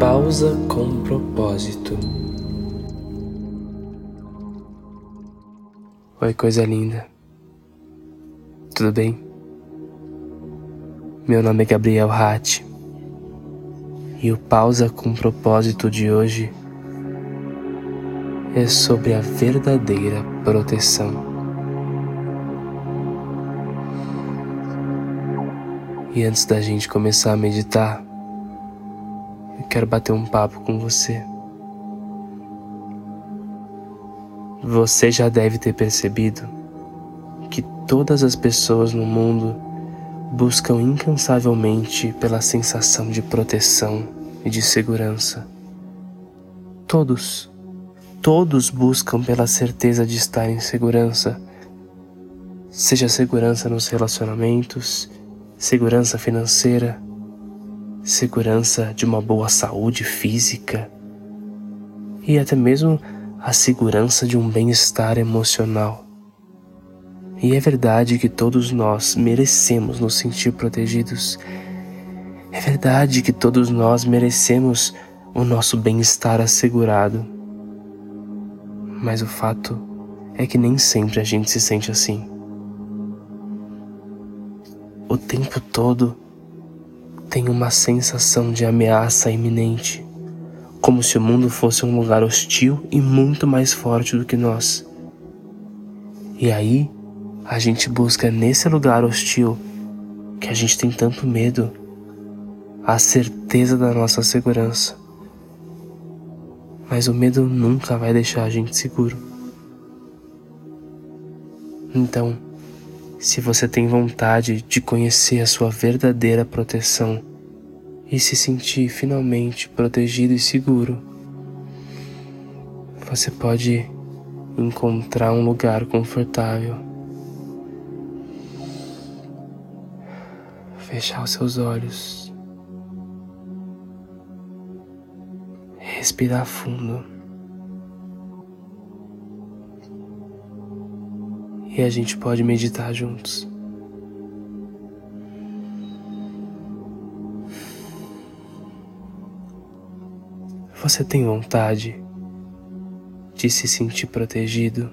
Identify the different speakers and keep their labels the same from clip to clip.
Speaker 1: Pausa com propósito. Oi, coisa linda. Tudo bem? Meu nome é Gabriel Ratti e o Pausa com propósito de hoje é sobre a verdadeira proteção. E antes da gente começar a meditar, eu quero bater um papo com você. Você já deve ter percebido que todas as pessoas no mundo buscam incansavelmente pela sensação de proteção e de segurança. Todos buscam pela certeza de estar em segurança, seja segurança nos relacionamentos, segurança financeira, segurança de uma boa saúde física e até mesmo a segurança de um bem-estar emocional. E é verdade que todos nós merecemos nos sentir protegidos. É verdade que todos nós merecemos o nosso bem-estar assegurado. Mas o fato é que nem sempre a gente se sente assim. O tempo todo tem uma sensação de ameaça iminente, como se o mundo fosse um lugar hostil e muito mais forte do que nós. E aí, a gente busca nesse lugar hostil, que a gente tem tanto medo, a certeza da nossa segurança. Mas o medo nunca vai deixar a gente seguro. Então, se você tem vontade de conhecer a sua verdadeira proteção e se sentir finalmente protegido e seguro, você pode encontrar um lugar confortável, fechar os seus olhos, respirar fundo e a gente pode meditar juntos. Você tem vontade de se sentir protegido?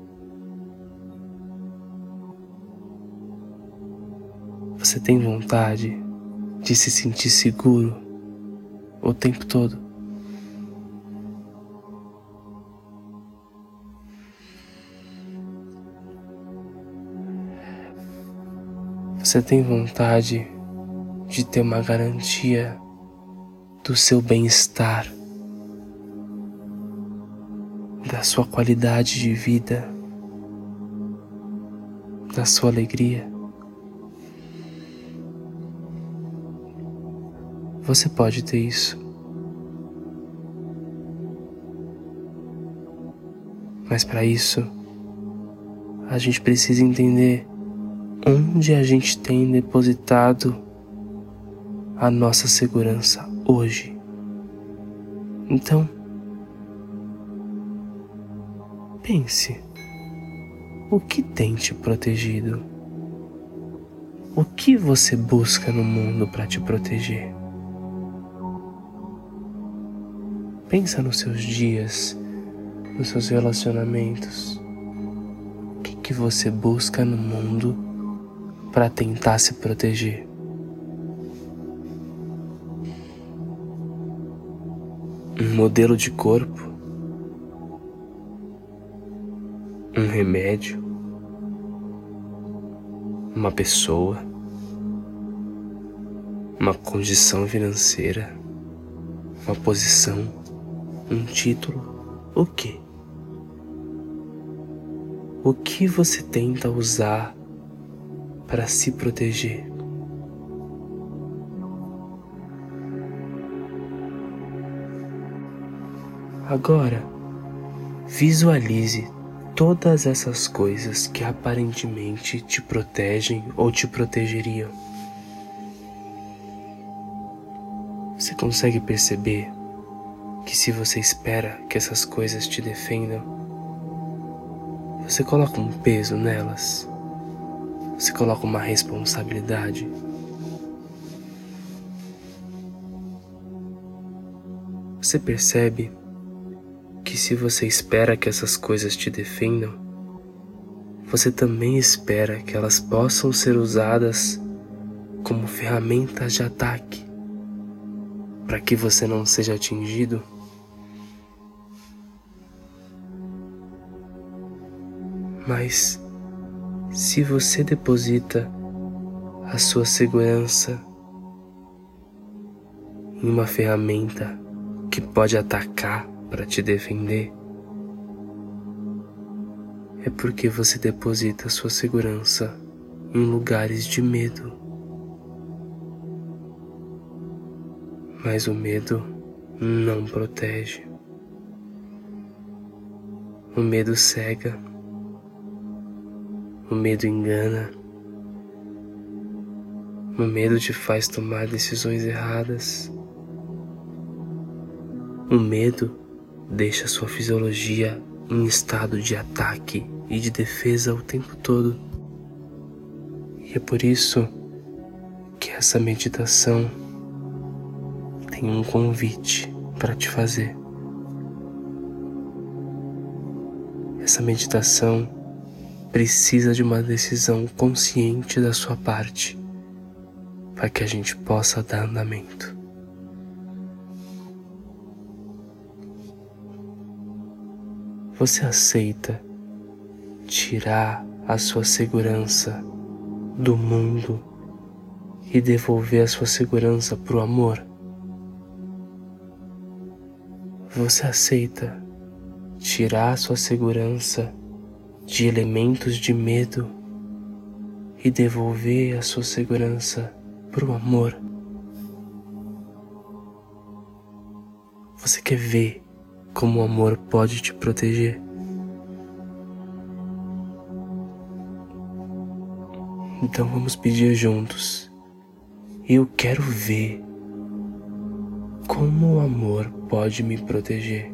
Speaker 1: Você tem vontade de se sentir seguro o tempo todo? Você tem vontade de ter uma garantia do seu bem-estar, da sua qualidade de vida, da sua alegria? Você pode ter isso. Mas para isso, a gente precisa entender onde a gente tem depositado a nossa segurança hoje. Então, pense, o que tem te protegido? O que você busca no mundo para te proteger? Pensa nos seus dias, nos seus relacionamentos. O que você busca no mundo para tentar se proteger? Um modelo de corpo? Um remédio? Uma pessoa? Uma condição financeira? Uma posição? Um título? O quê? O que você tenta usar para se proteger? Agora, visualize todas essas coisas que aparentemente te protegem ou te protegeriam. Você consegue perceber que se você espera que essas coisas te defendam, você coloca um peso nelas? Você coloca uma responsabilidade? Você percebe que se você espera que essas coisas te defendam, você também espera que elas possam ser usadas como ferramentas de ataque para que você não seja atingido? Mas se você deposita a sua segurança em uma ferramenta que pode atacar para te defender, é porque você deposita a sua segurança em lugares de medo. Mas o medo não protege. O medo cega. O medo engana. O medo te faz tomar decisões erradas. O medo deixa sua fisiologia em estado de ataque e de defesa o tempo todo. E é por isso que essa meditação tem um convite para te fazer. Essa meditação precisa de uma decisão consciente da sua parte para que a gente possa dar andamento. Você aceita tirar a sua segurança do mundo e devolver a sua segurança para o amor? Você aceita tirar a sua segurança de elementos de medo e devolver a sua segurança para o amor? Você quer ver como o amor pode te proteger? Então vamos pedir juntos. Eu quero ver como o amor pode me proteger.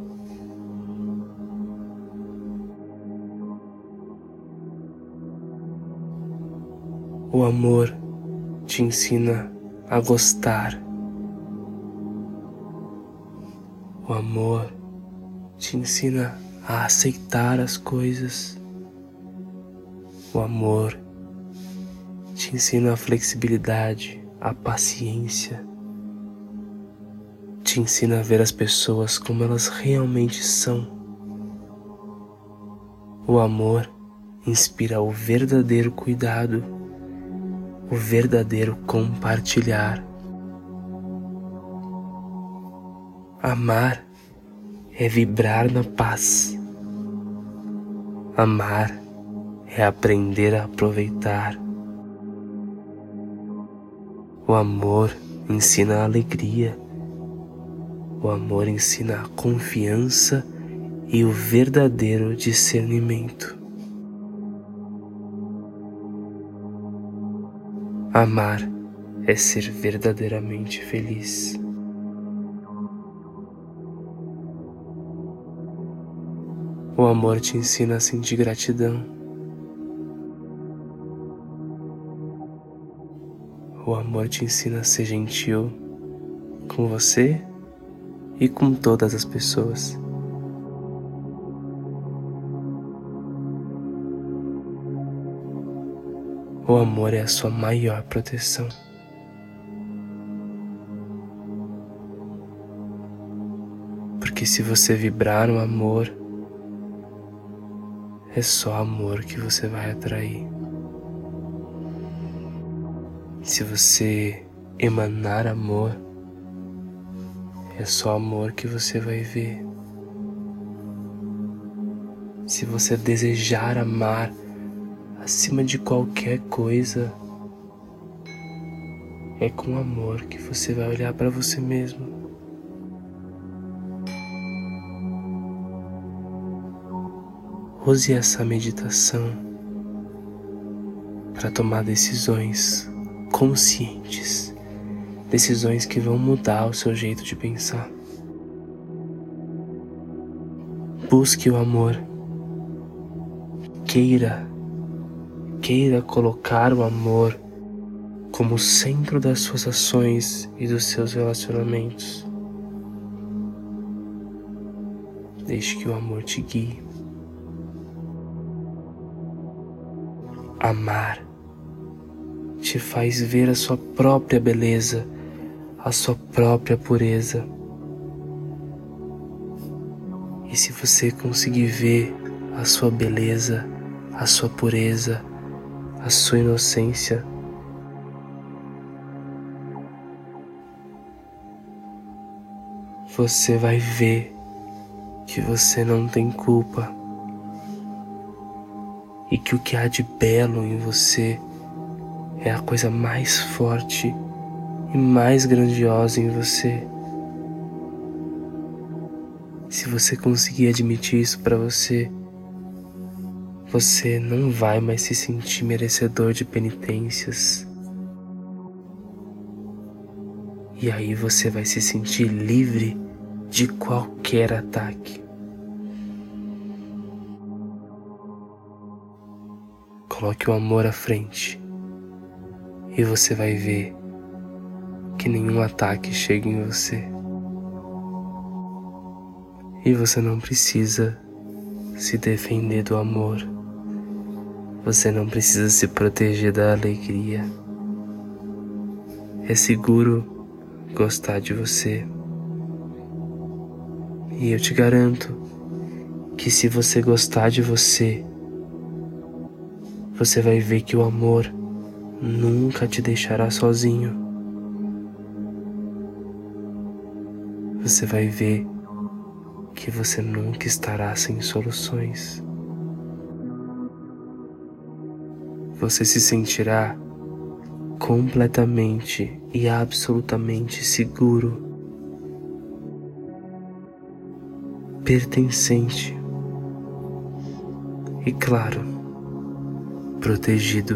Speaker 1: O amor te ensina a gostar. O amor te ensina a aceitar as coisas. O amor te ensina a flexibilidade, a paciência. Te ensina a ver as pessoas como elas realmente são. O amor inspira o verdadeiro cuidado, o verdadeiro compartilhar. Amar é vibrar na paz. Amar é aprender a aproveitar. O amor ensina a alegria. O amor ensina a confiança e o verdadeiro discernimento. Amar é ser verdadeiramente feliz. O amor te ensina a sentir gratidão. O amor te ensina a ser gentil com você e com todas as pessoas. O amor é a sua maior proteção. Porque se você vibrar no amor, é só amor que você vai atrair. Se você emanar amor, é só amor que você vai ver. Se você desejar amar acima de qualquer coisa, é com amor que você vai olhar para você mesmo. Use essa meditação para tomar decisões conscientes, decisões que vão mudar o seu jeito de pensar. Busque o amor. Queira colocar o amor como centro das suas ações e dos seus relacionamentos. Deixe que o amor te guie. Amar te faz ver a sua própria beleza, a sua própria pureza. E se você conseguir ver a sua beleza, a sua pureza, a sua inocência, você vai ver que você não tem culpa e que o que há de belo em você é a coisa mais forte e mais grandiosa em você. Se você conseguir admitir isso para você, você não vai mais se sentir merecedor de penitências. E aí você vai se sentir livre de qualquer ataque. Coloque o amor à frente e você vai ver que nenhum ataque chega em você. E você não precisa se defender do amor. Você não precisa se proteger da alegria. É seguro gostar de você. E eu te garanto que se você gostar de você, você vai ver que o amor nunca te deixará sozinho. Você vai ver que você nunca estará sem soluções. Você se sentirá completamente e absolutamente seguro, pertencente e, claro, protegido.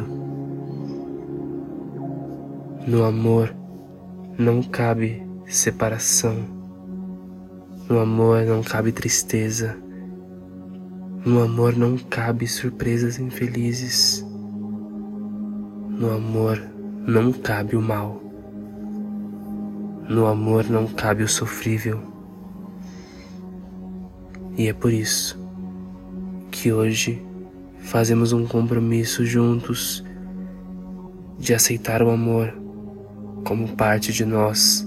Speaker 1: No amor não cabe separação. No amor não cabe tristeza. No amor não cabe surpresas infelizes. No amor não cabe o mal. No amor não cabe o sofrível. E é por isso que hoje fazemos um compromisso juntos de aceitar o amor como parte de nós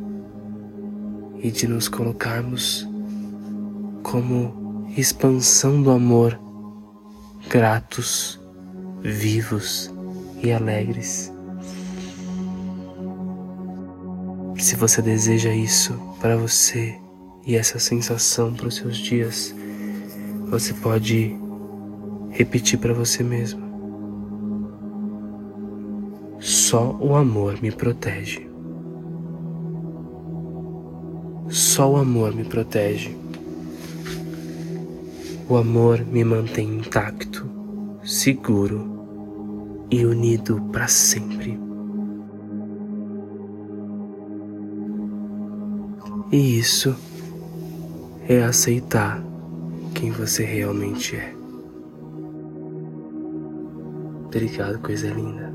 Speaker 1: e de nos colocarmos como expansão do amor, gratos, vivos e alegres. Se você deseja isso para você e essa sensação para os seus dias, você pode repetir para você mesmo: só o amor me protege. Só o amor me protege. O amor me mantém intacto, seguro e unido para sempre. E isso é aceitar quem você realmente é. Obrigado, coisa linda.